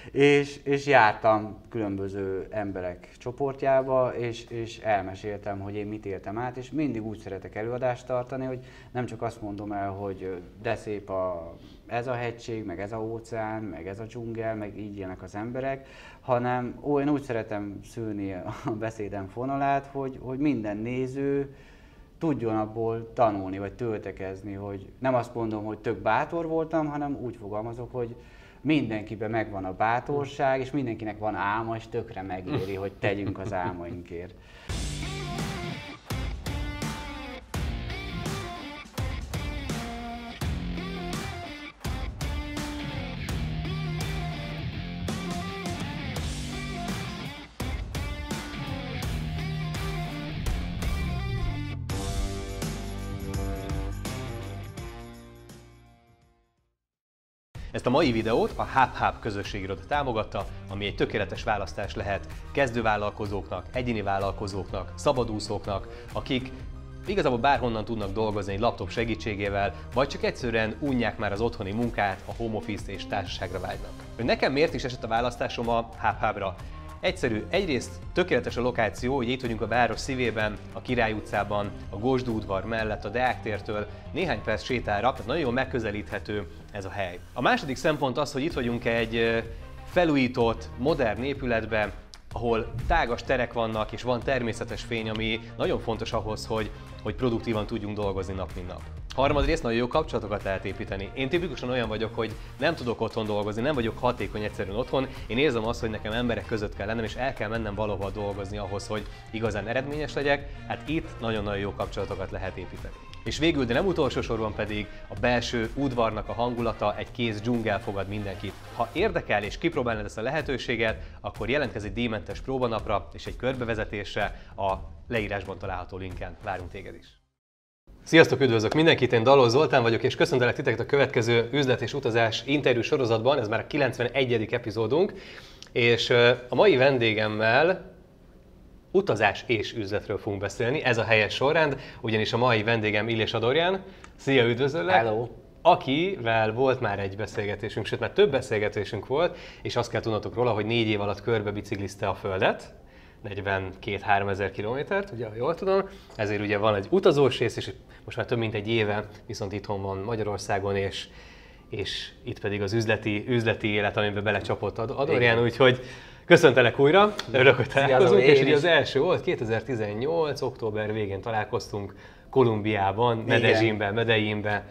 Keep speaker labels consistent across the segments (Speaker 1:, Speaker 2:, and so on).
Speaker 1: és jártam különböző emberek csoportjába, és elmeséltem, hogy én mit éltem át, és mindig úgy szeretek előadást tartani, hogy nem csak azt mondom el, hogy de szép ez a hegység, meg ez a óceán, meg ez a dzsungel, meg így élnek az emberek, hanem én úgy szeretem szülni a beszédem fonalát, hogy minden néző tudjon abból tanulni, vagy töltekezni, hogy nem azt mondom, hogy tök bátor voltam, hanem úgy fogalmazok, hogy mindenkiben megvan a bátorság, és mindenkinek van álma, és tökre megéri, hogy tegyünk az álmainkért.
Speaker 2: Ezt a mai videót a HubHub közösségiroda támogatta, ami egy tökéletes választás lehet kezdővállalkozóknak, egyéni vállalkozóknak, szabadúszóknak, akik igazából bárhonnan tudnak dolgozni egy laptop segítségével, vagy csak egyszerűen unják már az otthoni munkát, a home office és társaságra vágynak. Nekem miért is esett a választásom a HubHubra? Egyszerű, egyrészt tökéletes a lokáció, hogy itt vagyunk a város szívében, a Király utcában, a Gosdú udvar mellett, a Deák tértől néhány perc sétára, tehát nagyon jól megközelíthető ez a hely. A második szempont az, hogy itt vagyunk egy felújított, modern épületben, ahol tágas terek vannak és van természetes fény, ami nagyon fontos ahhoz, hogy produktívan tudjunk dolgozni nap mint nap. Harmadrészt nagyon jó kapcsolatokat lehet építeni. Én tipikusan olyan vagyok, hogy nem tudok otthon dolgozni, nem vagyok hatékony egyszerűen otthon. Én érzem azt, hogy nekem emberek között kell lennem, és el kell mennem valahol dolgozni ahhoz, hogy igazán eredményes legyek. Hát itt nagyon-nagyon jó kapcsolatokat lehet építeni. És végül, de nem utolsó sorban pedig a belső udvarnak a hangulata, egy kész dzsungel fogad mindenkit. Ha érdekel és kipróbálnád ezt a lehetőséget, akkor jelentkezz egy díjmentes próbanapra és egy körbevezetésre, a leírásban található linken várunk téged is. Sziasztok, üdvözlök mindenkit, én Dalló Zoltán vagyok, és köszöntelek titeket a következő üzlet és utazás interjú sorozatban, ez már a 91. epizódunk, és a mai vendégemmel utazás és üzletről fogunk beszélni, ez a helyes sorrend, ugyanis a mai vendégem Illés Adorján. Szia, üdvözöllek!
Speaker 1: Hello!
Speaker 2: Akivel volt már egy beszélgetésünk, sőt már több beszélgetésünk volt, és azt kell tudnotok róla, hogy 4 év alatt körbe biciklizte a Földet, 42-3 ezer kilométert, ugye, jól tudom, ezért ugye van egy utazós rész, és most már több mint egy éve viszont itthon van Magyarországon, és itt pedig az üzleti élet, amiben belecsapott Adorján, úgyhogy köszöntelek újra, örülök, hogy találkozunk, és ugye az első volt, 2018. október végén találkoztunk Kolumbiában, Medellínben.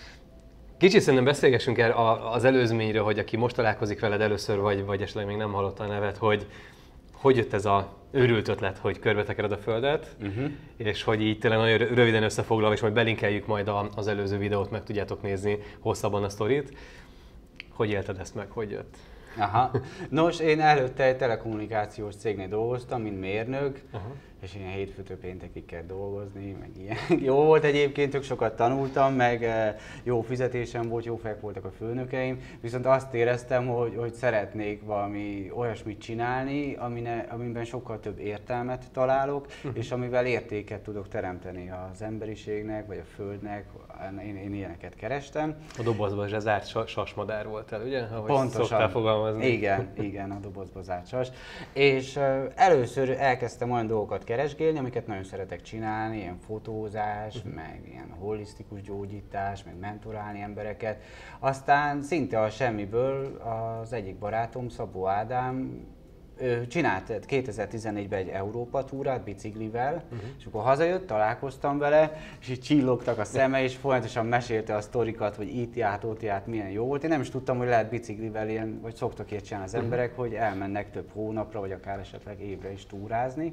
Speaker 2: Kicsit szerintem beszélgessünk el az előzményről, hogy aki most találkozik veled először, vagy esetleg még nem hallotta a nevet, hogy jött ez az őrült ötlet, hogy körbetekered a Földet, és hogy így tényleg nagyon röviden összefoglalva, és majd belinkeljük majd az előző videót, meg tudjátok nézni hosszabban a sztorit. Hogy élted ezt meg, hogy jött?
Speaker 1: Aha. Nos, én előtte egy telekommunikációs cégnél dolgoztam, mint mérnök, és ilyen hétfőtől péntekig kell dolgozni, meg ilyen. Jó volt egyébként, tök sokat tanultam, meg jó fizetésem volt, jó fejek voltak a főnökeim, viszont azt éreztem, hogy szeretnék valami olyasmit csinálni, amiben sokkal több értelmet találok, és amivel értéket tudok teremteni az emberiségnek, vagy a Földnek. Én ilyeneket kerestem.
Speaker 2: A dobozba zárt sasmadár voltál, ugye? Ahogy
Speaker 1: pontosan.
Speaker 2: Szoktál fogalmazni.
Speaker 1: Igen, a dobozba zárt sas. És először elkezdtem olyan dolgokat keresgélni, amiket nagyon szeretek csinálni, ilyen fotózás, meg ilyen holisztikus gyógyítás, meg mentorálni embereket. Aztán szinte a semmiből az egyik barátom, Szabó Ádám, ő csinált 2014-ben egy Európa túrát biciklivel, és akkor hazajött, találkoztam vele, és így csillogtak a szeme, és folyamatosan mesélte a sztorikat, hogy itt járt, ott járt, milyen jó volt. Én nem is tudtam, hogy lehet biciklivel ilyen, vagy szoktak ilyet csinálni az emberek, hogy elmennek több hónapra, vagy akár esetleg évre is túrázni.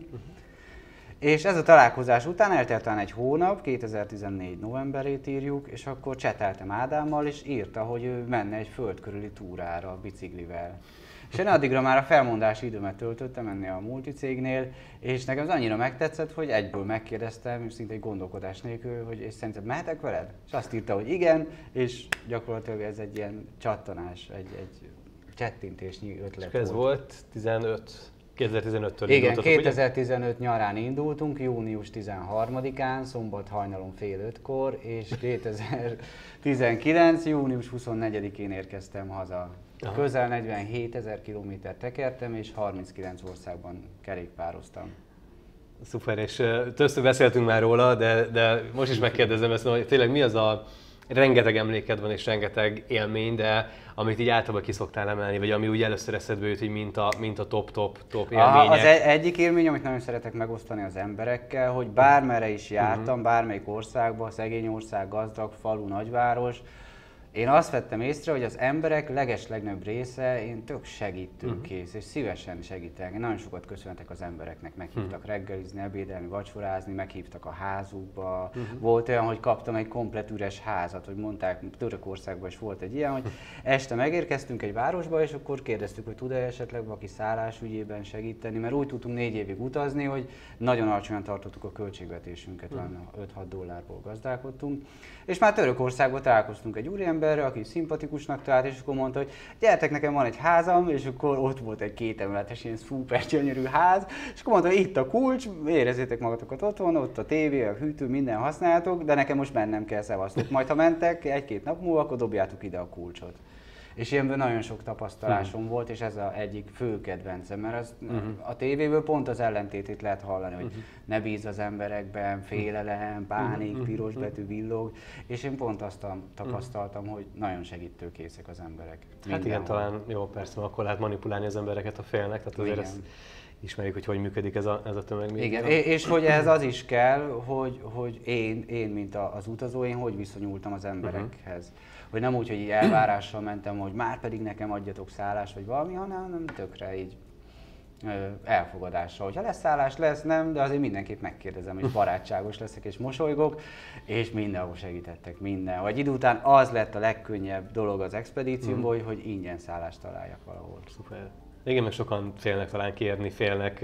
Speaker 1: És ez a találkozás után eltelt talán egy hónap, 2014 novemberét írjuk, és akkor cseteltem Ádámmal, és írta, hogy ő menne egy föld körüli túrára a biciklivel. És én addigra már a felmondási időmet töltöttem ennél a multicégnél, és nekem az annyira megtetszett, hogy egyből megkérdeztem, szinte egy gondolkodás nélkül, hogy és szerinted mehetek veled? És azt írta, hogy igen, és gyakorlatilag ez egy ilyen csattanás, egy csettintésnyi ötlet
Speaker 2: és ez volt 2015-től
Speaker 1: igen, 2015 ugye? Nyarán indultunk, június 13-án, szombat hajnalon 4:30-kor, és 2019. június 24-én érkeztem haza Közel 47 000 kilométert tekertem, és 39 országban kerékpároztam.
Speaker 2: Szuper, és többször beszéltünk már róla, de most is megkérdezem ezt, hogy tényleg mi az a rengeteg emléked van és rengeteg élmény, de amit így általában ki szoktál emelni, vagy ami úgy először eszedbe jut, hogy mint a top élmények?
Speaker 1: Az egyik élmény, amit nagyon szeretek megosztani az emberekkel, hogy bármerre is jártam, bármelyik országban, szegény ország, gazdag, falu, nagyváros, én azt vettem észre, hogy az emberek legeslegnagyobb része én tök segítőkész, és szívesen segítek. Én nagyon sokat köszönhetek az embereknek, meghívtak reggelizni, ebédelni, vacsorázni, meghívtak a házukba. Volt olyan, hogy kaptam egy komplett üres házat, hogy mondták, Törökországban is volt egy ilyen, hogy este megérkeztünk egy városba, és akkor kérdeztük, hogy tud-e esetleg valaki szállásügyében segíteni, mert úgy tudtunk 4 évig utazni, hogy nagyon alacsonyan tartottuk a költségvetésünket, $5-6 gazdálkodtunk. És már Törökországban találkoztunk egy úriemberrel, aki szimpatikusnak talált, és akkor mondta, hogy gyertek, nekem van egy házam, és akkor ott volt egy 2 emeletes ilyen szuper gyönyörű ház, és akkor mondta, hogy itt a kulcs, érezzétek magatokat otthon, ott a tévé, a hűtő, minden használjátok, de nekem most mennem kell, szevasztok. Majd ha mentek 1-2 nap múlva, akkor dobjátok ide a kulcsot. És ilyenből nagyon sok tapasztalásom volt, és ez az egyik fő kedvencem, mert az, a tévéből pont az ellentétét lehet hallani, hogy ne bízz az emberekben, félelem, pánik, piros betű villog, és én pont azt tapasztaltam, hogy nagyon segítőkészek az emberek.
Speaker 2: Hát igen, talán jó, persze, akkor lehet manipulálni az embereket, a félnek, tehát azért ezt ismerjük, hogy működik ez a tömeg.
Speaker 1: Igen, és hogy ehhez az is kell, hogy én mint az utazó, én hogy viszonyultam az emberekhez. Hogy nem úgy, hogy így elvárással mentem, hogy már pedig nekem adjatok szállást, vagy valami, hanem tökre így elfogadással. Hogyha lesz szállás, lesz, nem, de azért mindenképp megkérdezem, és barátságos leszek, és mosolygok, és mindenhol segítettek, minden. Vagy idő után az lett a legkönnyebb dolog az expedíciómból, hogy ingyen szállást találjak valahol.
Speaker 2: Szuper. Igen, meg sokan félnek talán kérni, félnek.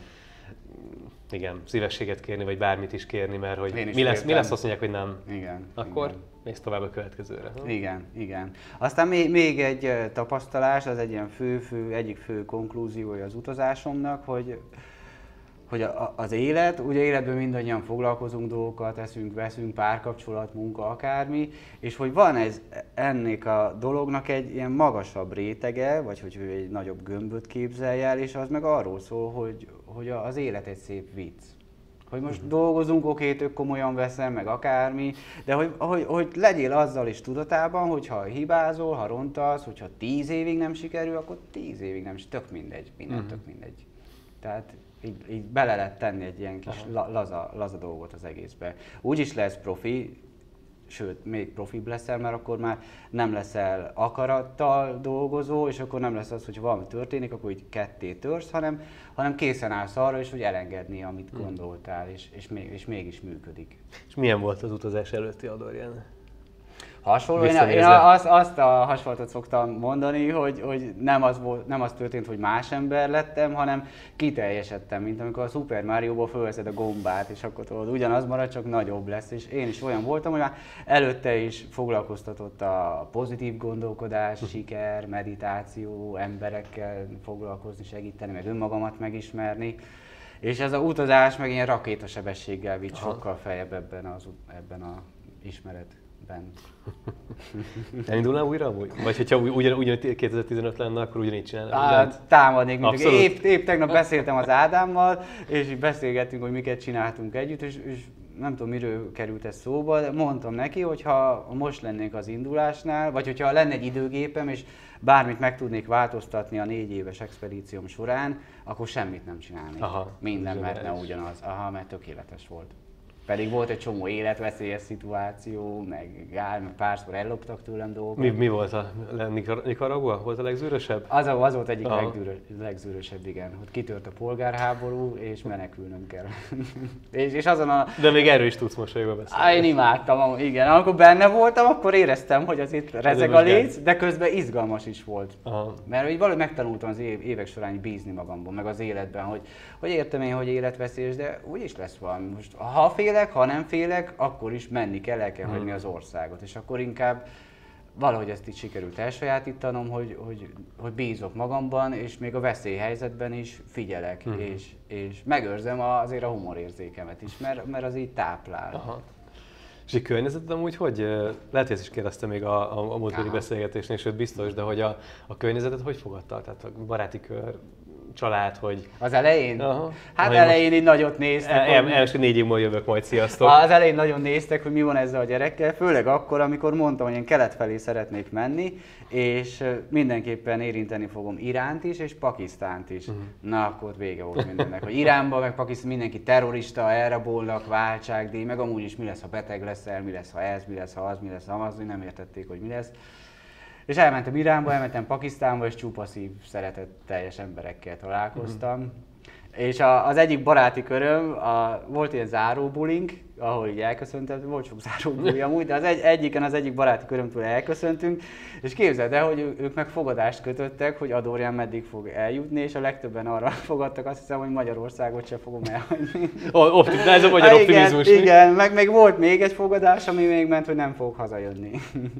Speaker 2: Igen, szívességet kérni, vagy bármit is kérni, mert hogy mi lesz, azt mondják, hogy nem.
Speaker 1: Igen.
Speaker 2: Akkor mész tovább a következőre.
Speaker 1: Igen. Aztán még egy tapasztalás, az egy ilyen egyik fő konklúziója az utazásomnak, hogy az élet, ugye életben mindannyian foglalkozunk dolgokat, eszünk, veszünk, párkapcsolat, munka, akármi, és hogy van ennek a dolognak egy ilyen magasabb rétege, vagy hogy egy nagyobb gömböt képzelj el, és az meg arról szól, hogy az élet egy szép vicc. Hogy most dolgozunk, oké, tök komolyan veszem, meg akármi, de hogy legyél azzal is tudatában, hogyha hibázol, ha rontasz, hogyha 10 évig nem sikerül, akkor 10 évig nem, tök mindegy, tök mindegy. Tehát így bele lehet tenni egy ilyen kis laza dolgot az egészbe. Úgyis lesz profi, sőt, még profibb leszel, mert akkor már nem leszel akarattal dolgozó, és akkor nem lesz az, hogy valami történik, akkor így ketté törsz, hanem készen állsz arra is, hogy elengedni, amit gondoltál, és mégis működik.
Speaker 2: És milyen volt az utazás előtti Adorján?
Speaker 1: Hasonló, én azt a hasonlatot szoktam mondani, hogy nem az történt, hogy más ember lettem, hanem kiteljesedtem, mint amikor a Super Mario-ból fölveszed a gombát, és akkor tudod, ugyanaz marad, csak nagyobb lesz. És én is olyan voltam, hogy már előtte is foglalkoztatott a pozitív gondolkodás, siker, meditáció, emberekkel foglalkozni, segíteni, meg önmagamat megismerni. És ez az utazás meg ilyen rakétasebességgel vitt sokkal feljebb ebben a ismeretben.
Speaker 2: Elindulnál újra? Vagy hogyha ugyan 2015 lenne, akkor ugyanígy csinálnál?
Speaker 1: Támadnék, mint épp tegnap beszéltem az Ádámmal, és beszélgettünk, hogy miket csináltunk együtt, és nem tudom, miről került ez szóba, de mondtam neki, hogy ha most lennénk az indulásnál, vagy hogyha lenne egy időgépem, és bármit meg tudnék változtatni a 4 éves expedícióm során, akkor semmit nem csinálnék. Minden mehetne ugyanaz. Mert tökéletes volt. Pedig volt egy csomó életveszélyes szituáció, meg párszor elloptak tőlem dolgokat.
Speaker 2: Mi volt Nicaragua? Volt a legzűrösebb?
Speaker 1: Az volt egyik legzűrösebb, igen. Ott kitört a polgárháború, és menekülnöm kell. és azon
Speaker 2: De még erről is tudsz mosolyogva beszélni.
Speaker 1: Én imádtam, igen. Amikor benne voltam, akkor éreztem, hogy az itt rezeg a léc, de közben izgalmas is volt. Mert valahogy megtanultam az évek során bízni magamban, meg az életben, hogy értem én, hogy életveszélyes, de úgyis lesz valami. Most, ha félek, ha nem félek, akkor is menni kell, el kell hagyni az országot. És akkor inkább valahogy ezt itt sikerült elsajátítanom, hogy bízok magamban, és még a veszélyhelyzetben is figyelek, és megőrzem azért a humorérzékemet is, mert az így táplál.
Speaker 2: És a környezeted amúgy hogy? Lehet, hogy ezt is kérdeztem még a múltkori beszélgetésnél, sőt biztos, de hogy a környezeted hogy fogadta? Tehát a baráti kör, család, hogy...
Speaker 1: Az elején?
Speaker 2: Aha.
Speaker 1: Hát elején így nagyot néztek.
Speaker 2: Első 4 év múlva jövök majd, sziasztok!
Speaker 1: Az elején nagyon néztek, hogy mi van ezzel a gyerekkel, főleg akkor, amikor mondtam, hogy én kelet felé szeretnék menni, és mindenképpen érinteni fogom Iránt is, és Pakisztánt is. Na, akkor vége volt mindennek. Hogy Iránban, meg Pakisztán mindenki terrorista, elrabolnak, váltságdíj, meg amúgy is mi lesz, ha beteg leszel, mi lesz, ha ez, mi lesz, ha az, mi lesz, ha az, nem értették, hogy mi lesz. És elmentem Iránba, elmentem Pakisztánba, és csupa szív szeretetteljes emberekkel találkoztam. És az egyik baráti köröm, volt ilyen záróbulink, ahol így elköszöntem, volt sok záróbuli amúgy, de az egyik baráti körömtől elköszöntünk, és képzeld el, hogy ők meg fogadást kötöttek, hogy Adorján meddig fog eljutni, és a legtöbben arra fogadtak, azt hiszem, hogy Magyarországot sem fogom elhagyni.
Speaker 2: Ez a magyar optimizmus.
Speaker 1: Igen, meg még volt még egy fogadás, ami még ment, hogy nem fogok hazajönni.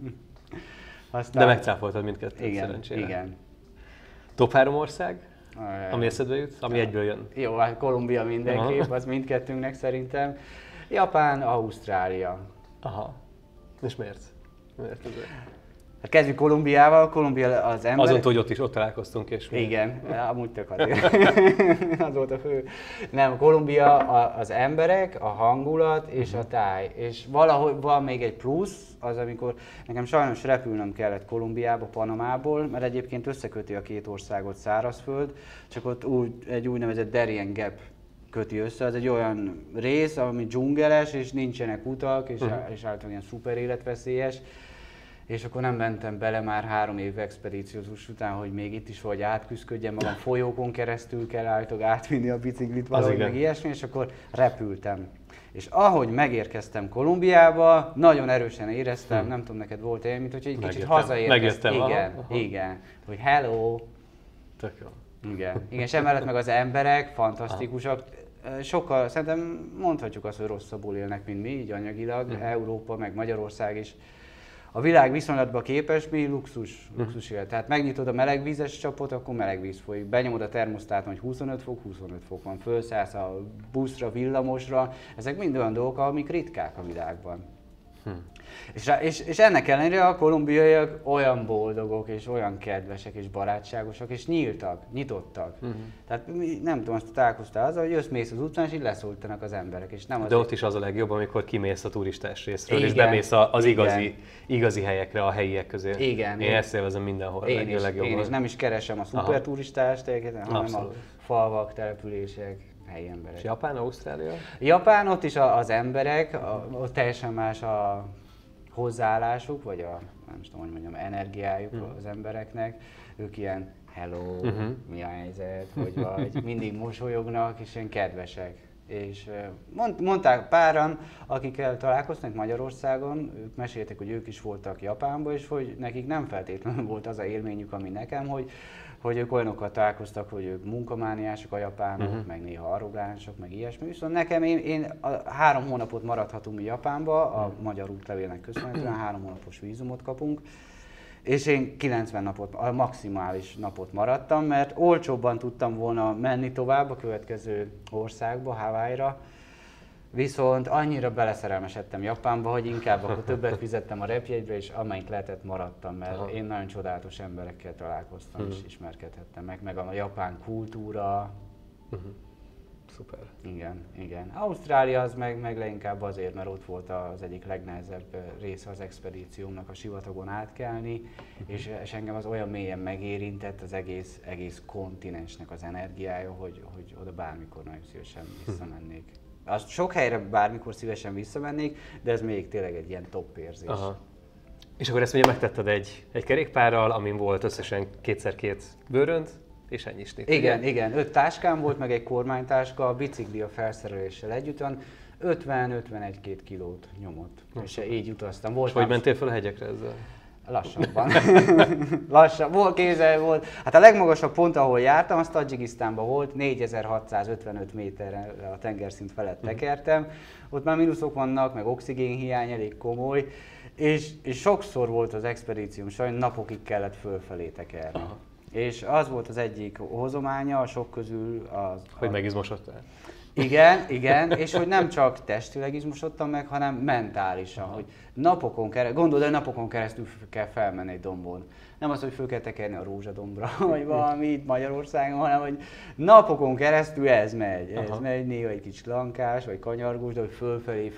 Speaker 2: Aztán... De megcáfoltad mindkettőt, szerencsére.
Speaker 1: Igen.
Speaker 2: Top 3 ország, ami eszedbe jut, ami egyből jön?
Speaker 1: Jó, hát Kolumbia mindenképp, az mindkettőnknek szerintem. Japán, Ausztrália.
Speaker 2: Aha. És miért? Miért ez?
Speaker 1: Hát kezdjük Kolumbiával. Kolumbia az ember...
Speaker 2: Azon túl, hogy ott találkoztunk és...
Speaker 1: Igen, amúgy tök azért. Az volt a fő. Nem, Kolumbia az emberek, a hangulat és a táj. És valahogy van még egy plusz, az amikor nekem sajnos repülnöm kellett Kolumbiába, Panamából, mert egyébként összeköti a két országot szárazföld, csak ott egy úgynevezett Darien Gap köti össze. Az egy olyan rész, ami dzsungeles, és nincsenek utak, és általában ilyen szuper életveszélyes. És akkor nem mentem bele már 3 év expedíciózus után, hogy még itt is vagy átküszködjem magam, folyókon keresztül kell állítólag átvinni a biciklit valahogy, meg ilyesmi, és akkor repültem. És ahogy megérkeztem Kolumbiába, nagyon erősen éreztem, nem tudom, neked volt olyan, mint hogy egy kicsit hazaérkeztem. Igen, hogy hello.
Speaker 2: Tök jó.
Speaker 1: Igen, és emellett meg az emberek fantasztikusak. Sokkal, szerintem mondhatjuk azt, hogy rosszabbul élnek, mint mi, így anyagilag, Európa, meg Magyarország is. A világ viszonylatban képes, mi luxus élet. Tehát megnyitod a melegvízes csapot, akkor meleg víz folyik. Benyomod a termosztáton, hogy 25 fok van. Fölszállsz a buszra, villamosra. Ezek mind olyan dolgok, amik ritkák a világban. És ennek ellenére a kolumbiaiak olyan boldogok, és olyan kedvesek, és barátságosak, és nyitottak. Tehát nem tudom, azt találkoztál azzal, hogy mész az utcán, és így leszóltanak az emberek. És nem
Speaker 2: de ott is az a legjobb, amikor kimész a turistás részről, és bemész az igazi helyekre, a helyiek közé.
Speaker 1: Igen.
Speaker 2: Én ezt élvezem mindenhol.
Speaker 1: Én is nem is keresem a szuper turistást, hanem a falvak, települések, helyi emberek.
Speaker 2: És Japán, Ausztrália?
Speaker 1: Japán, ott is az emberek, ott teljesen más a hozzáállásuk, vagy nem tudom, hogy mondjam, energiájuk az embereknek. Ők ilyen hello, mi a helyzet, hogy vagy, mindig mosolyognak, és ilyen kedvesek. És mondták páran, akikkel találkoztak Magyarországon, ők meséltek, hogy ők is voltak Japánban, és hogy nekik nem feltétlenül volt az a élményük, ami nekem, hogy ők olyanokkal találkoztak, hogy ők munkamániások a japánok, meg néha arrogánsok, meg ilyesmi. Viszont nekem én 3 hónapot maradhatunk Japánba, a magyar útlevélnek köszönhetően 3 hónapos vízumot kapunk. És én 90 napot, a maximális napot maradtam, mert olcsóbban tudtam volna menni tovább a következő országba, Hawaii-ra. Viszont annyira beleszerelmesedtem Japánba, hogy inkább akkor többet fizettem a repjegyre, és amennyit lehetett maradtam, mert én nagyon csodálatos emberekkel találkoztam és ismerkedhettem meg a japán kultúra.
Speaker 2: Szuper.
Speaker 1: Igen. Ausztrália az meg leginkább azért, mert ott volt az egyik legnehezebb része az expedíciómnak, a sivatagon átkelni, és engem az olyan mélyen megérintett az egész kontinensnek az energiája, hogy oda bármikor nagyon szívesen visszamennék. Azt sok helyre bármikor szívesen visszamennék, de ez még tényleg egy ilyen top érzés.
Speaker 2: Aha. És akkor ezt ugye megtetted egy kerékpárral, amin volt összesen 2x2 bőrönt, és ennyi is.
Speaker 1: Igen, 5 táskám volt, meg egy kormánytáska, a bicikli a felszereléssel együtt, 50-51-2 kilót nyomott, és így utaztam.
Speaker 2: És hogy mentél fel a hegyekre ezzel?
Speaker 1: Lassabban. Volt. Hát a legmagasabb pont, ahol jártam, az Tadzsikisztánban volt, 4655 méterre a tengerszint felett tekertem. Ott már mínuszok vannak, meg oxigénhiány elég komoly, és sokszor volt az expedícióm, sajnos napokig kellett fölfelé tekerni. És az volt az egyik hozománya a sok közül
Speaker 2: hogy megizmosodtál?
Speaker 1: Igen, és hogy nem csak testileg izmosodtam meg, hanem mentálisan, hogy gondolod, hogy napokon keresztül kell felmenni egy dombon. Nem az, hogy föl kell tekerni a Rózsadombra, vagy valami itt Magyarországon, hanem hogy napokon keresztül ez megy, néha egy kicsit lankás, vagy kanyargós, de hogy fölfelé.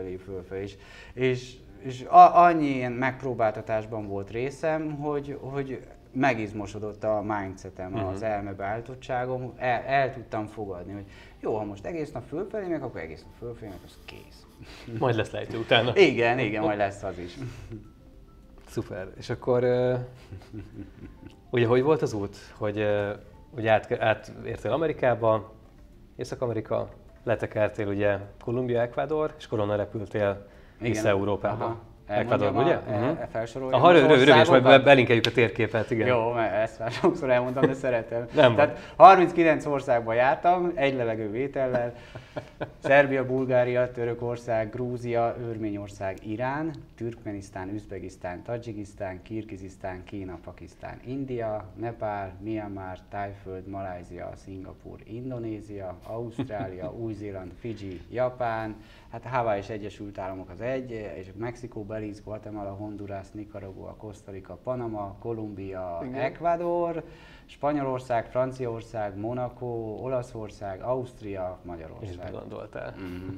Speaker 1: És annyi ilyen megpróbáltatásban volt részem, hogy megizmosodott a mindsetem, az elmebeállítottságom, el tudtam fogadni, hogy jó, ha most egész nap fölfelé meg, akkor egész nap fölfelé meg, az kész.
Speaker 2: Majd lesz lejtő utána.
Speaker 1: Igen, majd lesz az is.
Speaker 2: Szuper. És akkor ugye hogy volt az út? Hogy ugye átértél Amerikába, Észak-Amerika, letekertél ugye Kolumbia, Ecuador, és onnan repültél vissza Európába. Ecuador, ugye?
Speaker 1: Felsoroljam
Speaker 2: rövid, és majd belinkeljük a térképet, igen.
Speaker 1: Jó, mert ezt már sokszor elmondtam, de szeretem.
Speaker 2: Nem
Speaker 1: Tehát 39 országban jártam, egy levegő vétellel. Szerbia, Bulgária, Törökország, Grúzia, Örményország, Irán, Türkmenisztán, Üzbegisztán, Tadzsikisztán, Kirgizisztán, Kína, Pakisztán, India, Nepál, Myanmar, Tájföld, Malajzia, Szingapúr, Indonézia, Ausztrália, Új-Zéland, Fidzsi, Japán, hát Hawaii és Egyesült Államok az egy, és Mexikó, Belize, Guatemala, Honduras, Nicaragua, Costa Rica, Panama, Kolumbia, Ecuador, Spanyolország, Franciaország, Monaco, Olaszország, Ausztria, Magyarország.
Speaker 2: És gondoltál.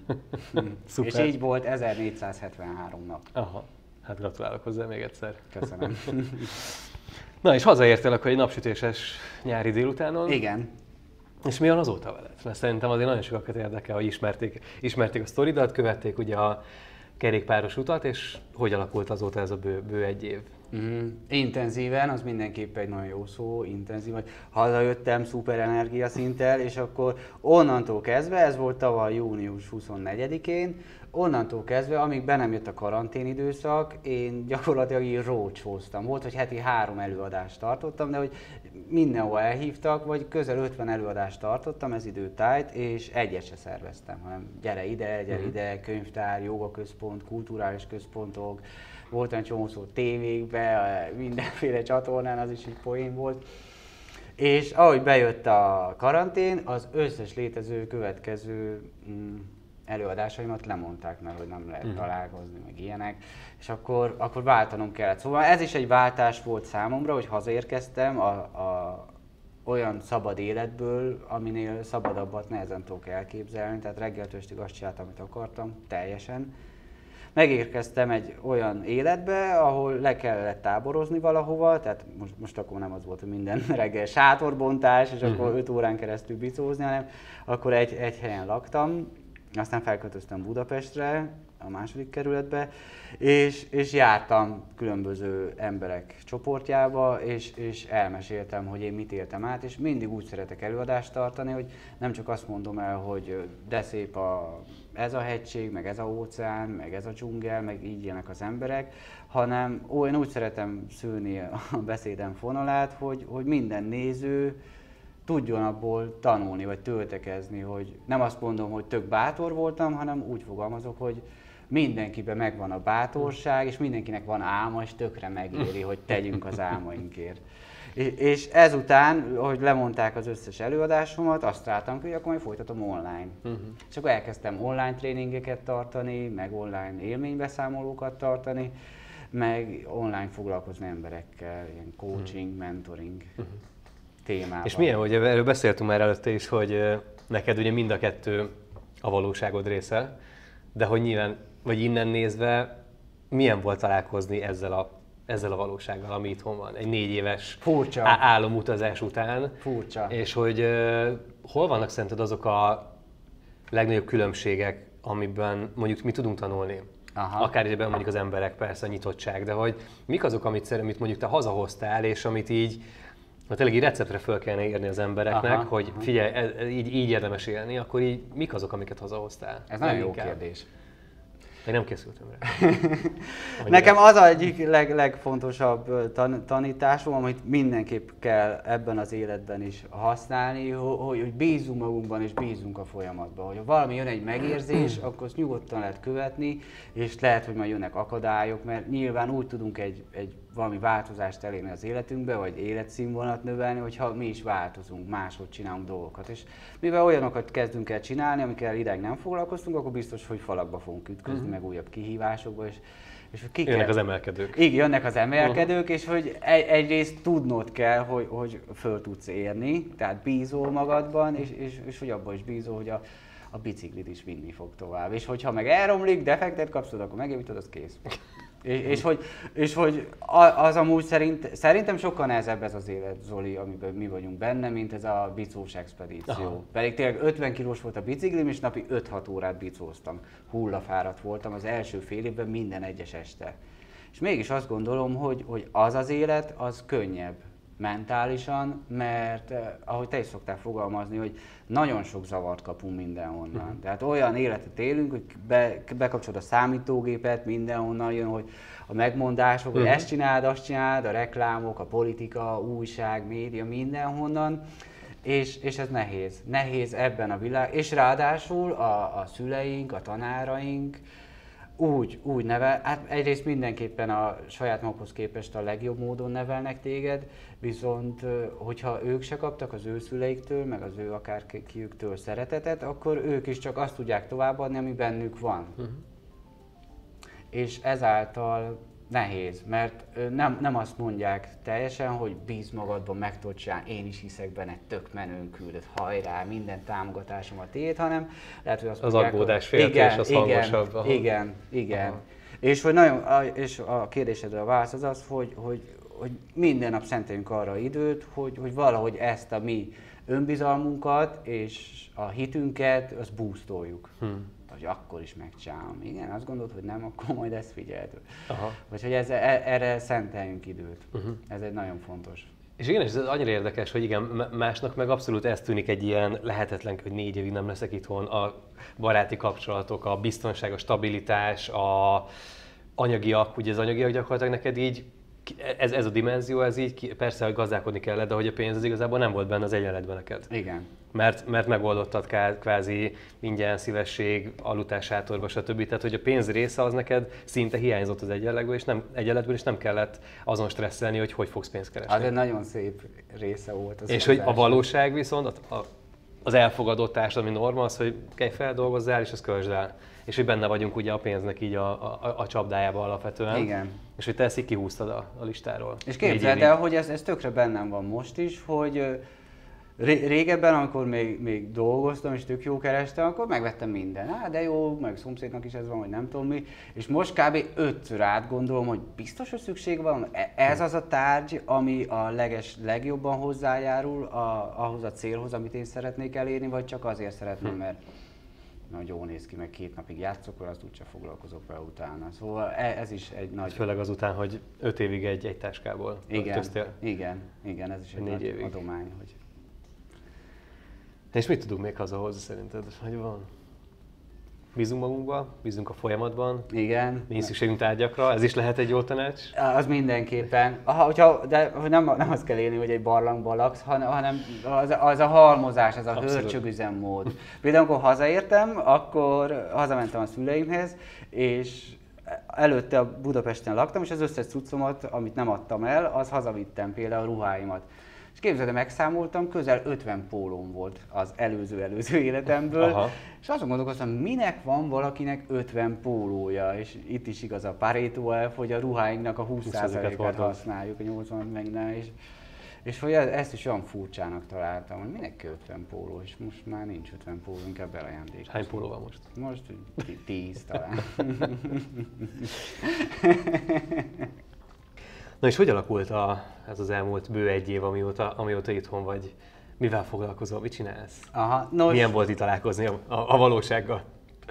Speaker 1: És így volt 1473 nap.
Speaker 2: Aha, hát gratulálok hozzá még egyszer.
Speaker 1: Köszönöm.
Speaker 2: Na és hazaértél akkor egy napsütéses nyári délutánon.
Speaker 1: Igen.
Speaker 2: És mi van azóta veled? Mert szerintem azért nagyon sokakat érdekel, hogy ismerték a sztoridat, követték ugye a kerékpáros utat, és hogy alakult azóta ez a bő egy év?
Speaker 1: Intenzíven, az mindenképp egy nagyon jó szó, intenzív, hogy hazajöttem szuper energiaszinttel, és akkor onnantól kezdve, ez volt tavaly június 24-én, onnantól kezdve, amíg be nem jött a karantén időszak, én gyakorlatilag így rócsóztam. Volt, hogy heti 3 előadást tartottam, de hogy mindenhol elhívtak, vagy közel 50 előadást tartottam, ez időtájt, és egyet se szerveztem, hanem gyere ide, könyvtár, jogaközpont, kulturális központok, volt egy csomószó tévékbe, mindenféle csatornán, az is egy poén volt. És ahogy bejött a karantén, az összes létező következő előadásaimat lemondták, mert hogy nem lehet találkozni, meg ilyenek, és akkor váltanom kellett. Szóval ez is egy váltás volt számomra, hogy hazaérkeztem olyan szabad életből, aminél szabadabbat nehezen tudok elképzelni, tehát reggeltől estig azt csináltam, amit akartam, teljesen. Megérkeztem egy olyan életbe, ahol le kellett táborozni valahova, tehát most akkor nem az volt, hogy minden reggel sátorbontás, és akkor 5 órán keresztül bicózni, hanem akkor egy helyen laktam, aztán felköltöztem Budapestre, a második kerületbe, és jártam különböző emberek csoportjába, és elmeséltem, hogy én mit éltem át, és mindig úgy szeretek előadást tartani, hogy nem csak azt mondom el, hogy de szép ez a hegység, meg ez a óceán, meg ez a dzsungel, meg így élnek az emberek, hanem én úgy szeretem szőni a beszédem fonalát, hogy minden néző tudjon abból tanulni, vagy töltekezni, hogy nem azt mondom, hogy tök bátor voltam, hanem úgy fogalmazok, hogy mindenkiben megvan a bátorság, és mindenkinek van álma, és tökre megéri, hogy tegyünk az álmainkért. És ezután, hogy lemondták az összes előadásomat, azt találtam ki, hogy akkor majd folytatom online. És akkor elkezdtem online tréningeket tartani, meg online élménybeszámolókat tartani, meg online foglalkozni emberekkel, ilyen coaching, mentoring témában.
Speaker 2: És milyen, hogy erről beszéltünk már előtte is, hogy neked ugye mind a kettő a valóságod része, de hogy nyilván, vagy innen nézve, milyen volt találkozni ezzel a valósággal, ami itthon van, egy 4 éves álomutazás után.
Speaker 1: Furcsa.
Speaker 2: És hogy hol vannak szerinted azok a legnagyobb különbségek, amiben mondjuk mi tudunk tanulni? Akár időben mondjuk az emberek, persze a nyitottság, de hogy mik azok, amit mondjuk te hazahoztál, és amit így, tényleg így receptre föl kellene írni az embereknek, hogy figyelj, így érdemes élni, akkor így mik azok, amiket hazahoztál?
Speaker 1: Ez nagyon jó kérdés.
Speaker 2: Én nem készültem rá.
Speaker 1: Nekem az egyik legfontosabb tanításom, amit mindenképp kell ebben az életben is használni, hogy bízunk magunkban és bízunk a folyamatban. Hogy ha valami jön egy megérzés, akkor azt nyugodtan lehet követni, és lehet, hogy majd jönnek akadályok, mert nyilván úgy tudunk egy valami változást elérni az életünkbe, vagy életszínvonalat növelni, hogyha mi is változunk, máshogy csinálunk dolgokat. És mivel olyanokat kezdünk el csinálni, amikkel ideig nem foglalkoztunk, akkor biztos, hogy falakba fogunk ütközni, meg újabb kihívásokba. És
Speaker 2: jönnek az emelkedők.
Speaker 1: Igen, jönnek az emelkedők, és hogy egyrészt tudnod kell, hogy föl tudsz érni, tehát bízol magadban, és hogy abban is bízol, hogy a biciklit is vinni fog tovább. És hogyha meg elromlik, defektet kapsz, akkor megjavítod, az kész. És hogy az amúgy szerintem sokkal nehezebb ez az élet, Zoli, amiben mi vagyunk benne, mint ez a bicós expedíció. Aha. Pedig tényleg 50 kilós volt a biciklim, és napi 5-6 órát bicóztam. Hullafáradt voltam az első fél évben minden egyes este. És mégis azt gondolom, hogy az az élet, az könnyebb mentálisan, mert ahogy te is szoktál fogalmazni, hogy nagyon sok zavart kapunk mindenhonnan. Tehát olyan életet élünk, hogy bekapcsolod a számítógépet, mindenhonnan jön, hogy a megmondások, hogy ezt csináld, azt csináld, a reklámok, a politika, újság, média, mindenhonnan. És ez nehéz. Nehéz ebben a világ. És ráadásul a szüleink, a tanáraink úgy nevel, hát egyrészt mindenképpen a saját magukhoz képest a legjobb módon nevelnek téged, viszont hogyha ők se kaptak az ő szüleiktől, meg az ő akárkiüktől szeretetet, akkor ők is csak azt tudják továbbadni, ami bennük van. És ezáltal nehéz, mert nem azt mondják teljesen, hogy bíz magadban, meg tudod csinálni, én is hiszek benne, tök menőn küldött, hajrá, minden támogatásom a tiéd, hanem lehet, hogy azt
Speaker 2: az
Speaker 1: mondják,
Speaker 2: aggódás féltés, az hangosabb. Aha.
Speaker 1: Igen. És a kérdésedre a válasz az, hogy minden nap szenteljünk arra időt, hogy valahogy ezt a mi önbizalmunkat és a hitünket, azt boostoljuk. Hogy akkor is megcsinálom. Igen, azt gondolod, hogy nem, akkor majd ezt figyeld. Vagy hogy erre szenteljünk időt. Ez egy nagyon fontos.
Speaker 2: És igen, és ez annyira érdekes, hogy igen, másnak meg abszolút ez tűnik egy ilyen lehetetlen, hogy 4 évig nem leszek itthon, a baráti kapcsolatok, a biztonság, a stabilitás, a anyagiak, ugye az anyagiak gyakorlatilag neked így, ez a dimenzió, ez így, persze, hogy gazdálkodni kellett, de hogy a pénz az igazából nem volt benne az egyenletben neked.
Speaker 1: Igen.
Speaker 2: Mert megoldottad kvázi ingyen, szívesség, alutás sátorba, stb. Tehát, hogy a pénz része az neked szinte hiányzott az egyenletből, és nem kellett azon stresszelni, hogy fogsz pénzt keresni.
Speaker 1: Az egy nagyon szép része volt az.
Speaker 2: És hogy a valóság viszont, az elfogadott társadalmi norma az, hogy kell feldolgozzál, és azt költsd el. És hogy benne vagyunk ugye a pénznek így a csapdájában alapvetően.
Speaker 1: Igen.
Speaker 2: És hogy te ezt így kihúztad a listáról.
Speaker 1: És képzeld el, hogy ez tökre bennem van most is, hogy régebben, amikor még dolgoztam és tök jó kerestem, akkor megvettem minden. De jó, meg szomszédnak is ez van, vagy nem tudom mi. És most kb. 5-ször átgondolom, hogy biztos, hogy szükség van. Ez az a tárgy, ami a legjobban hozzájárul ahhoz a célhoz, amit én szeretnék elérni, vagy csak azért szeretném, mert nagyon jól néz ki, meg 2 napig játszok vele, azt úgyse foglalkozok vele utána. Szóval ez is egy nagy...
Speaker 2: Főleg azután, hogy 5 évig egy táskából költöztél.
Speaker 1: Igen, ez is egy nagy adomány. Hogy...
Speaker 2: És mit tudunk még hazahozni szerinted, hogy van? Bízunk magunkba, bízunk a folyamatban.
Speaker 1: Igen.
Speaker 2: Nincs szükségünk tárgyakra, ez is lehet egy jó tanács.
Speaker 1: Az mindenképpen. De nem azt kell élni, hogy egy barlangban laksz, hanem az a halmozás, az a hörcsögüzemmód. Például amikor hazaértem, akkor hazamentem a szüleimhez, és előtte a Budapesten laktam, és az összes cuccomat, amit nem adtam el, az hazavittem, például a ruháimat. És képzeld, megszámoltam, közel 50 pólóm volt az előző életemből,
Speaker 2: Aha.
Speaker 1: És azon gondolkoztam, minek van valakinek 50 pólója, és itt is igaz a Pareto elv, hogy a ruháinknak a 20%-át használjuk, a 80 meg ne, és hogy ezt is olyan furcsának találtam, hogy minek 50 póló, és most már nincs 50 póló, inkább elajándékos.
Speaker 2: Hány póló van most?
Speaker 1: Most 10 talán.
Speaker 2: Na és hogy alakult ez az elmúlt bő 1 év, amióta itthon vagy? Mivel foglalkozol? Mit csinálsz? Milyen volt itt találkozni a valósággal?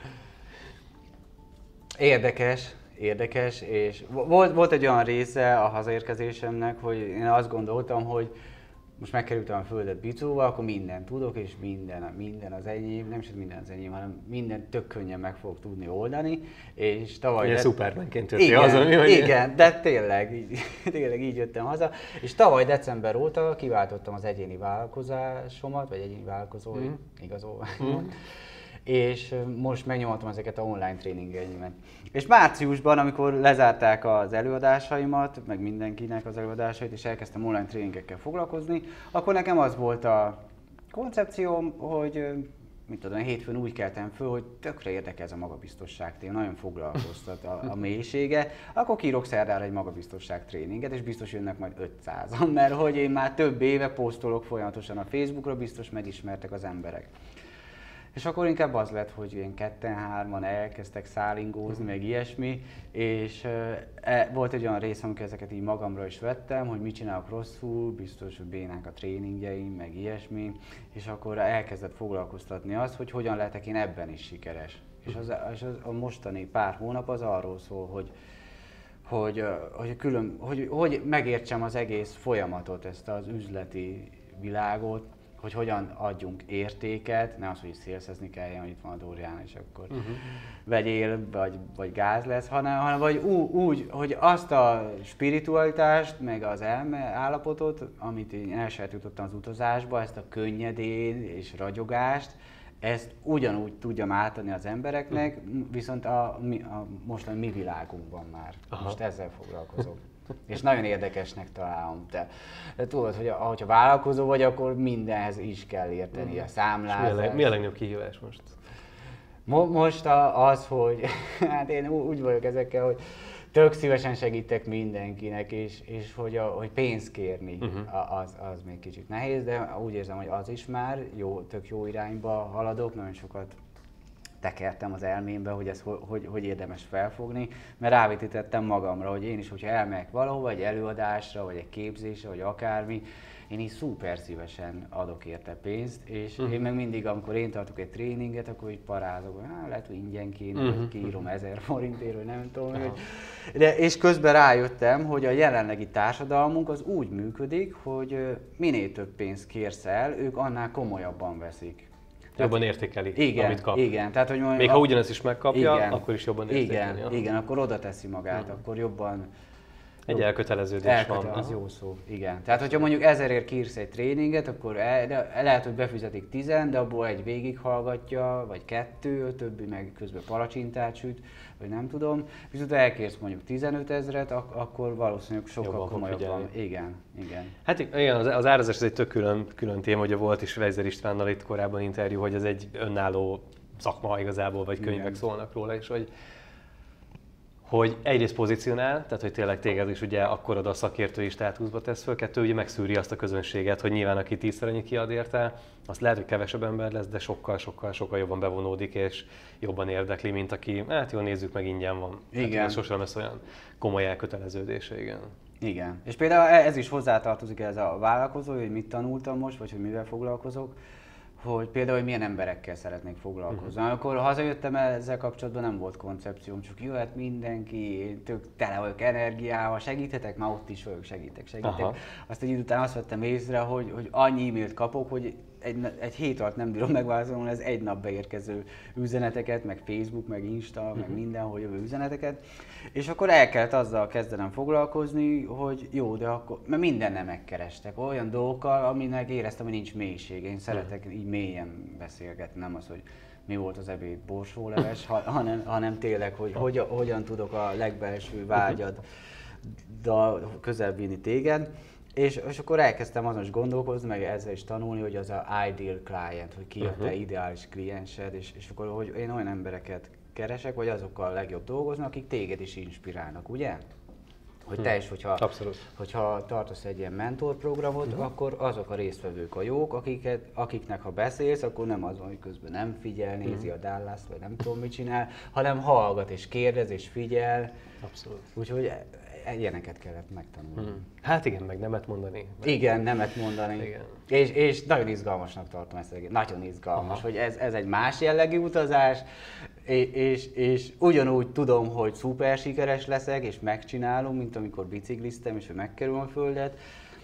Speaker 1: Érdekes, és volt egy olyan része a hazaérkezésemnek, hogy én azt gondoltam, hogy most megkerültem a földet bicóval, akkor mindent tudok, és minden az enyém, nem is minden az enyém, hanem mindent tök könnyen meg fogok tudni oldani, és tavaly...
Speaker 2: Ugye Supermanként jöttél haza, mi?
Speaker 1: Igen, de tényleg így jöttem haza, és tavaly december óta kiváltottam az egyéni vállalkozásomat, vagy egyéni vállalkozói igazolványomat, és most megnyomhatom ezeket a online tréningeimet. És márciusban, amikor lezárták az előadásaimat, meg mindenkinek az előadásait, és elkezdtem online tréningekkel foglalkozni, akkor nekem az volt a koncepcióm, hogy mit tudom, hétfőn úgy keltem föl, hogy tökre érdekel ez a magabiztosság téma, nagyon foglalkoztat a mélysége, akkor kiírok szerdára egy magabiztosság tréninget, és biztos jönnek majd 500-an, mert hogy én már több éve posztolok folyamatosan a Facebookra, biztos megismertek az emberek. És akkor inkább az lett, hogy ilyen ketten-hárman elkezdtek szállingózni, meg ilyesmi, és volt egy olyan rész, amikor ezeket így magamra is vettem, hogy mit csinálok rosszul, biztos, hogy bénák a tréningjeim, meg ilyesmi, és akkor elkezdett foglalkoztatni az, hogy hogyan lehetek én ebben is sikeres. És a mostani pár hónap az arról szól, hogy megértsem az egész folyamatot, ezt az üzleti világot, hogy hogyan adjunk értéket, ne az, hogy szélszezni kelljen, hogy itt van a Dórián, és akkor vegyél, vagy gáz lesz, hanem vagy úgy, hogy azt a spiritualitást, meg az elme állapotot, amit én elsajátítottam az utazásba, ezt a könnyedén és ragyogást, ezt ugyanúgy tudjam átadni az embereknek, viszont a mostani mi világunkban már. Aha. Most ezzel foglalkozok. És nagyon érdekesnek találom. De tudod, hogy ahogy vállalkozó vagy, akkor mindenhez is kell érteni a számlázást.
Speaker 2: Mi a legnagyobb kihívás most?
Speaker 1: Most az, hogy hát én úgy vagyok ezekkel, hogy tök szívesen segítek mindenkinek, és hogy pénzt kérni, az még kicsit nehéz, de úgy érzem, hogy az is már tök jó irányba haladok, nagyon sokat tekertem az elmémbe, hogy ezt hogy érdemes felfogni, mert rávetítettem magamra, hogy én is, hogyha elmegyek valahova, egy előadásra, vagy egy képzésre, vagy akármi, én is szuper szívesen adok érte pénzt, és én meg mindig, amikor én tartok egy tréninget, akkor így parázok, hogy lehet, hogy ingyen kéne, vagy kiírom 1000 forintért, vagy nem tudom. És közben rájöttem, hogy a jelenlegi társadalmunk az úgy működik, hogy minél több pénzt kérsz el, ők annál komolyabban veszik.
Speaker 2: Jobban értékeli, amit kap.
Speaker 1: Igen. Tehát, hogy
Speaker 2: még ha ugyanezt is megkapja, akkor is jobban értékeli.
Speaker 1: Igen, akkor oda teszi magát, akkor jobban...
Speaker 2: Egy elköteleződés van.
Speaker 1: Az jó szó, igen. Tehát, hogyha mondjuk 1000-ért kírsz egy tréninget, akkor lehet, hogy befizetik 10, de abból egy végighallgatja, vagy 2, a többi meg közben palacsintát süt, vagy nem tudom. Viszont elkérsz mondjuk 15 000-et, akkor valószínűleg sokkal komolyabban. Igen.
Speaker 2: Hát igen, az árazás ez egy tök külön téma, hogy volt is Weiser Istvánnal itt korábban interjú, hogy ez egy önálló szakma igazából, vagy könyvek szólnak róla, és hogy egyrészt pozícionál, tehát hogy tényleg téged is ugye akkor oda a szakértői státuszba tesz föl, kettő ugye megszűri azt a közönséget, hogy nyilván aki 10-szer annyi kiad érte, azt lehet, hogy kevesebb ember lesz, de sokkal jobban bevonódik és jobban érdekli, mint aki, hát jó, nézzük meg, ingyen van.
Speaker 1: Igen.
Speaker 2: Hát, sosem lesz olyan komoly elköteleződése, igen.
Speaker 1: Igen. És például ez is hozzátartozik ez a vállalkozó, hogy mit tanultam most, vagy hogy mivel foglalkozok, hogy például, hogy milyen emberekkel szeretnék foglalkozni. Amikor hazajöttem, ezzel kapcsolatban nem volt koncepcióm, csak jöhet mindenki, tök tele vagyok energiával, segíthetek, már ott is vagyok, segítek. Aha. Azt egy idő után azt vettem észre, hogy annyi e-mailt kapok, hogy egy hét alatt nem bírom megválaszolni ez egy nap beérkező üzeneteket, meg Facebook, meg Insta, meg mindenhol jövő üzeneteket. És akkor el kellett azzal kezdenem foglalkozni, hogy jó, de akkor, mert mindennel megkerestek, olyan dolgokkal, aminek éreztem, hogy nincs mélysége. Én szeretek így mélyen beszélgetni, nem az, hogy mi volt az ebéd borsóleves, hanem tényleg, hogy hogyan tudok a legbelső vágyad közelebb vinni téged. És akkor elkezdtem azon is gondolkozni, meg ezzel is tanulni, hogy az a ideal client, hogy ki a te ideális kliensed, és akkor hogy én olyan embereket keresek, vagy azokkal a legjobb dolgoznak, akik téged is inspirálnak, ugye? Hogy te is, hogyha tartasz egy ilyen mentorprogramot, akkor azok a résztvevők a jók, akiknek ha beszélsz, akkor nem az van, hogy közben nem figyel, nézi a Dallas, vagy nem tudom mit csinál, hanem hallgat és kérdez és figyel.
Speaker 2: Abszolút.
Speaker 1: Úgyhogy ilyeneket kellett megtanulni.
Speaker 2: Hát igen, meg nemet mondani.
Speaker 1: Igen, nemet mondani. Igen. És nagyon izgalmasnak tartom ezt, nagyon izgalmas, hogy ez egy más jellegű utazás, és ugyanúgy tudom, hogy szuper sikeres leszek, és megcsinálom, mint amikor bicikliztem, és hogy megkerülöm a földet,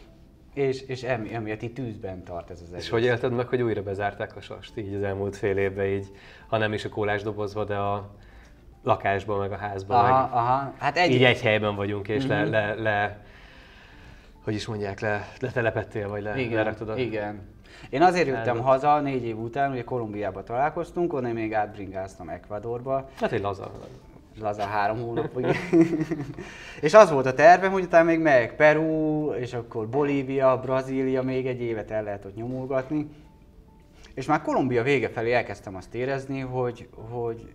Speaker 1: és emiatt itt tűzben tart ez az egész.
Speaker 2: És hogy élted meg, hogy újra bezárták a Sast így az elmúlt fél évben, így, ha nem is a kólásdobozba, de a lakásban, meg a házban,
Speaker 1: Hát
Speaker 2: így egy helyben vagyunk, és hogy is mondják, letelepettél, vagy leraktad.
Speaker 1: Igen. Én azért jöttem haza 4 év után, ugye Kolumbiába találkoztunk, onnan még átbringáztam Ecuadorba.
Speaker 2: Hát egy laza
Speaker 1: 3 hónapig. És az volt a tervem, hogy utána még megyek Peru, és akkor Bolívia, Brazília, még egy évet el lehet ott nyomulgatni. És már Kolumbia vége felé elkezdtem azt érezni, hogy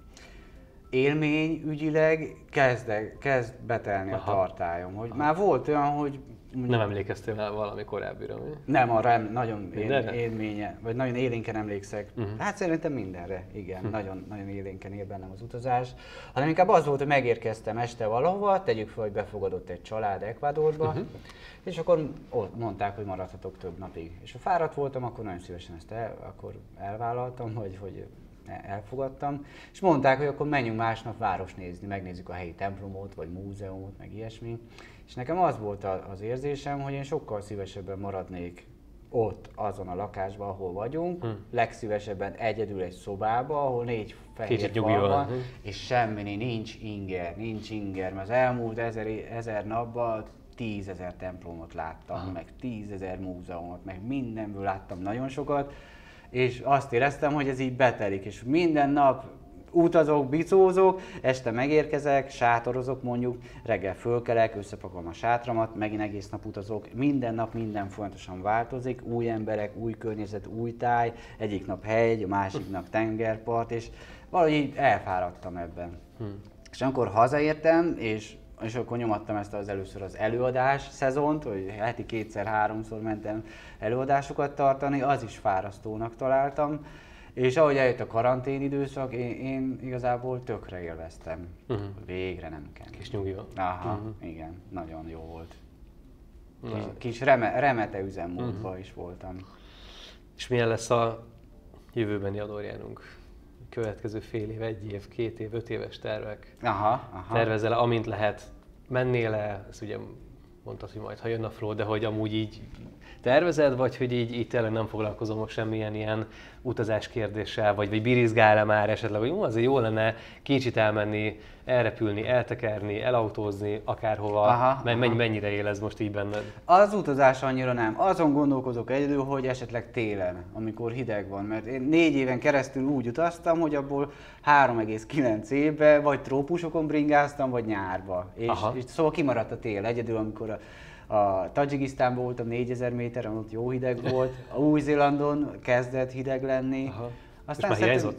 Speaker 1: élményügyileg kezd betelni a tartályom. Hogy már volt olyan, hogy...
Speaker 2: Nem emlékeztél már valami korábbira, mi?
Speaker 1: Nem, arra nagyon élménye, vagy nagyon élénken emlékszek. Hát szerintem mindenre, igen, nagyon élénken él bennem az utazás. Hanem inkább az volt, hogy megérkeztem este valahova, tegyük fel, hogy befogadott egy család Ecuadorba, és akkor ott mondták, hogy maradhatok több napig. És ha fáradt voltam, akkor nagyon szívesen ezt akkor elvállaltam, hogy elfogadtam, és mondták, hogy akkor menjünk másnap város nézni, megnézzük a helyi templomot, vagy múzeumot, meg ilyesmi. És nekem az volt az érzésem, hogy én sokkal szívesebben maradnék ott, azon a lakásban, ahol vagyunk, legszívesebben egyedül egy szobába, ahol 4 fehér fal van, és semmi, nincs inger, mert az elmúlt 1000 napban 10 000 templomot láttam, meg 10 000 múzeumot, meg mindenből láttam nagyon sokat, és azt éreztem, hogy ez így betelik, és minden nap utazok, bicózok, este megérkezek, sátorozok mondjuk, reggel fölkelek, összepakolom a sátramat, megint egész nap utazok, minden nap minden folyamatosan változik, új emberek, új környezet, új táj, egyik nap hegy, a másik nap tengerpart, és valahogy így elfáradtam ebben. És amikor hazaértem, és akkor nyomattam ezt először az előadás szezont, hogy heti 2-3-szor mentem előadásokat tartani, az is fárasztónak találtam. És ahogy eljött a karantén időszak, én igazából tökre élveztem. Végre nem kell.
Speaker 2: Kis nyugi van.
Speaker 1: Aha, igen, nagyon jó volt. Kis remete üzemmódban is voltam.
Speaker 2: És milyen lesz a jövőbeni Adorjánunk? Következő fél év, 1 év, 2 év, 5 éves tervek? Tervezel, amint lehet, mennél le? Ezt ugye mondtad, hogy majd ha jön a flow, de hogy amúgy így tervezed, vagy hogy így tényleg nem foglalkozom most semmilyen ilyen utazás kérdéssel, vagy birizgál-e már esetleg, hogy azért jó lenne kicsit elmenni, elrepülni, eltekerni, elautózni, akárhova, mennyire él ez most így benned?
Speaker 1: Az utazás annyira nem. Azon gondolkozok egyedül, hogy esetleg télen, amikor hideg van, mert én 4 éven keresztül úgy utaztam, hogy abból 3,9 évben vagy trópusokon bringáztam, vagy nyárba. És szóval kimaradt a tél egyedül, amikor a Tadzsikisztánban voltam 4000 méteren, ott jó hideg volt, a Új-Zélandon kezdett hideg lenni.
Speaker 2: Aztán most már hiányzott?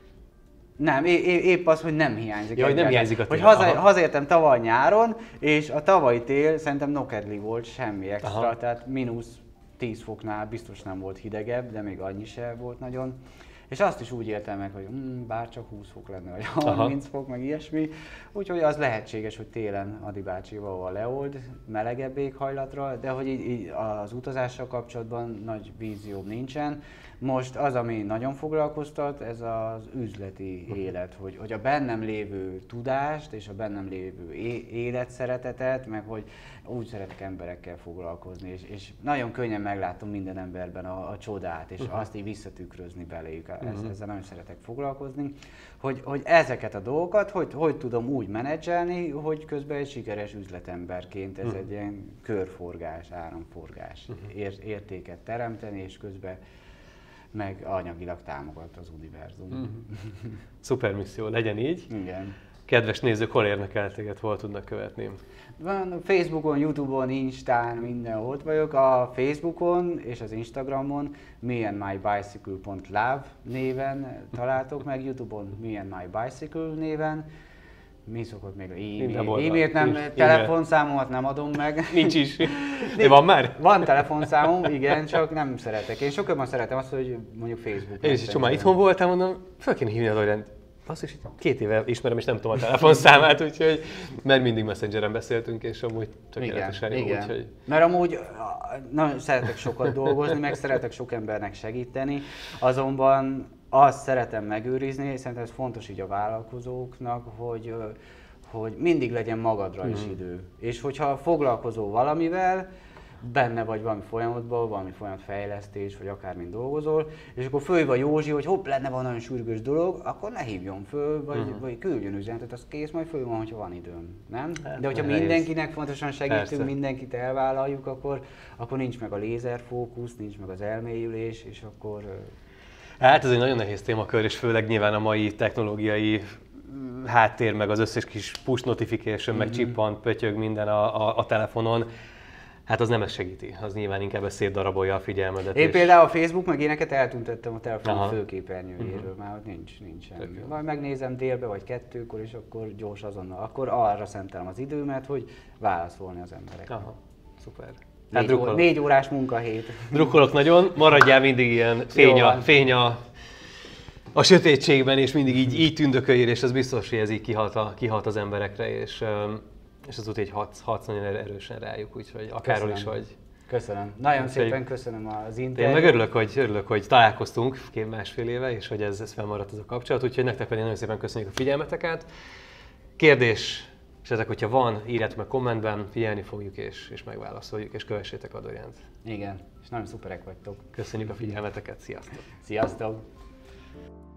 Speaker 1: Nem, épp az, hogy nem hiányzik.
Speaker 2: Ja, hogy nem hiányzik a tél.
Speaker 1: Hogy hazaértem tavaly nyáron, és a tavalyi tél szerintem nokedli volt, semmi extra, tehát -10 foknál biztos nem volt hidegebb, de még annyi se volt nagyon. És azt is úgy éltem meg, hogy bár csak 20 fok lenne, vagy 30 fok, meg ilyesmi. Úgyhogy az lehetséges, hogy télen Adi bácsival leold, melegebb éghajlatra, de hogy így az utazással kapcsolatban nagy vízióm nincsen. Most az, ami nagyon foglalkoztat, ez az üzleti élet, hogy a bennem lévő tudást és a bennem lévő életszeretetet, meg hogy úgy szeretek emberekkel foglalkozni, és nagyon könnyen meglátom minden emberben a csodát, és azt így visszatükrözni beléjük. Ezzel nagyon szeretek foglalkozni, hogy ezeket a dolgokat, hogy tudom úgy menedzselni, hogy közben egy sikeres üzletemberként ez egy ilyen körforgás, áramforgás, értéket teremteni, és közben meg anyagilag támogat az univerzum.
Speaker 2: Szuper misszió, legyen így.
Speaker 1: Igen.
Speaker 2: Kedves nézők, hol érnek el téged, hol tudnak követni?
Speaker 1: Van Facebookon, YouTube-on, Instán, mindenhol ott vagyok. A Facebookon és az Instagramon meandmybicycle.love néven találtok meg, YouTube-on meandmybicycle néven. Mi szokott még? E-mailt nem, telefonszámomat nem adom meg.
Speaker 2: Nincs is. De van már?
Speaker 1: Van telefonszámom, igen, csak nem szeretek. Én sokkal szeretem azt, hogy mondjuk Facebookon.
Speaker 2: Én is csak már itthon voltam, mondom, fel kéne hívni a Adorjánt. Azt is 2 éve ismerem, és nem tudom a telefonszámát, úgyhogy mert mindig Messengeren beszéltünk, és amúgy tökéletesen jó. Úgyhogy...
Speaker 1: Mert amúgy nagyon szeretek sokat dolgozni, meg szeretek sok embernek segíteni, azonban azt szeretem megőrizni, és szerintem ez fontos így a vállalkozóknak, hogy mindig legyen magadra is idő. És hogyha foglalkozol valamivel, benne vagy valami folyamatban, valami folyamatfejlesztés, vagy akármin dolgozol, és akkor föl van Józsi, hogy hopp, lenne van nagyon sürgős dolog, akkor ne hívjon föl, vagy küldjön üzenetet, az kész, majd föl van, hogyha van időm, nem?
Speaker 2: Hát,
Speaker 1: de hogyha mindenkinek fontosan segítünk, mindenkit elvállaljuk, akkor nincs meg a lézerfókusz, nincs meg az elmélyülés, és akkor...
Speaker 2: Hát ez egy nagyon nehéz témakör, és főleg nyilván a mai technológiai háttér, meg az összes kis push notification, meg csippant, pötyög minden a telefonon. Hát az nem ezt segíti, az nyilván inkább ezt szétdarabolja a figyelmedet.
Speaker 1: Én például a Facebook meg éneket eltüntettem a telefon főképernyőjéről, már ott nincs semmi. Majd megnézem délbe vagy 2-kor, és akkor gyors azonnal. Akkor arra szentelem az időmet, hogy válaszolni az embereknek.
Speaker 2: Aha, szuper.
Speaker 1: 4 órás munkahét.
Speaker 2: Drukkolok nagyon, maradjál mindig ilyen fény a sötétségben, és mindig így tündököljél, és az biztos, hogy ez így kihat az emberekre, és az úgy így hatsz nagyon erősen rájuk, úgyhogy akárhol is vagy.
Speaker 1: Köszönöm. Nagyon szépen köszönöm az interjút.
Speaker 2: Én meg örülök, hogy találkoztunk 2,5 éve, és hogy ez fennmaradt ez a kapcsolat, úgyhogy nektek pedig nagyon szépen köszönjük a figyelmeteket. Kérdés, és ezek, hogyha van, írjátok meg kommentben, figyelni fogjuk és megválaszoljuk, és kövessétek Adorjánt.
Speaker 1: Igen, és nagyon szuperek vagytok.
Speaker 2: Köszönjük a figyelmeteket, sziasztok!
Speaker 1: Sziasztok!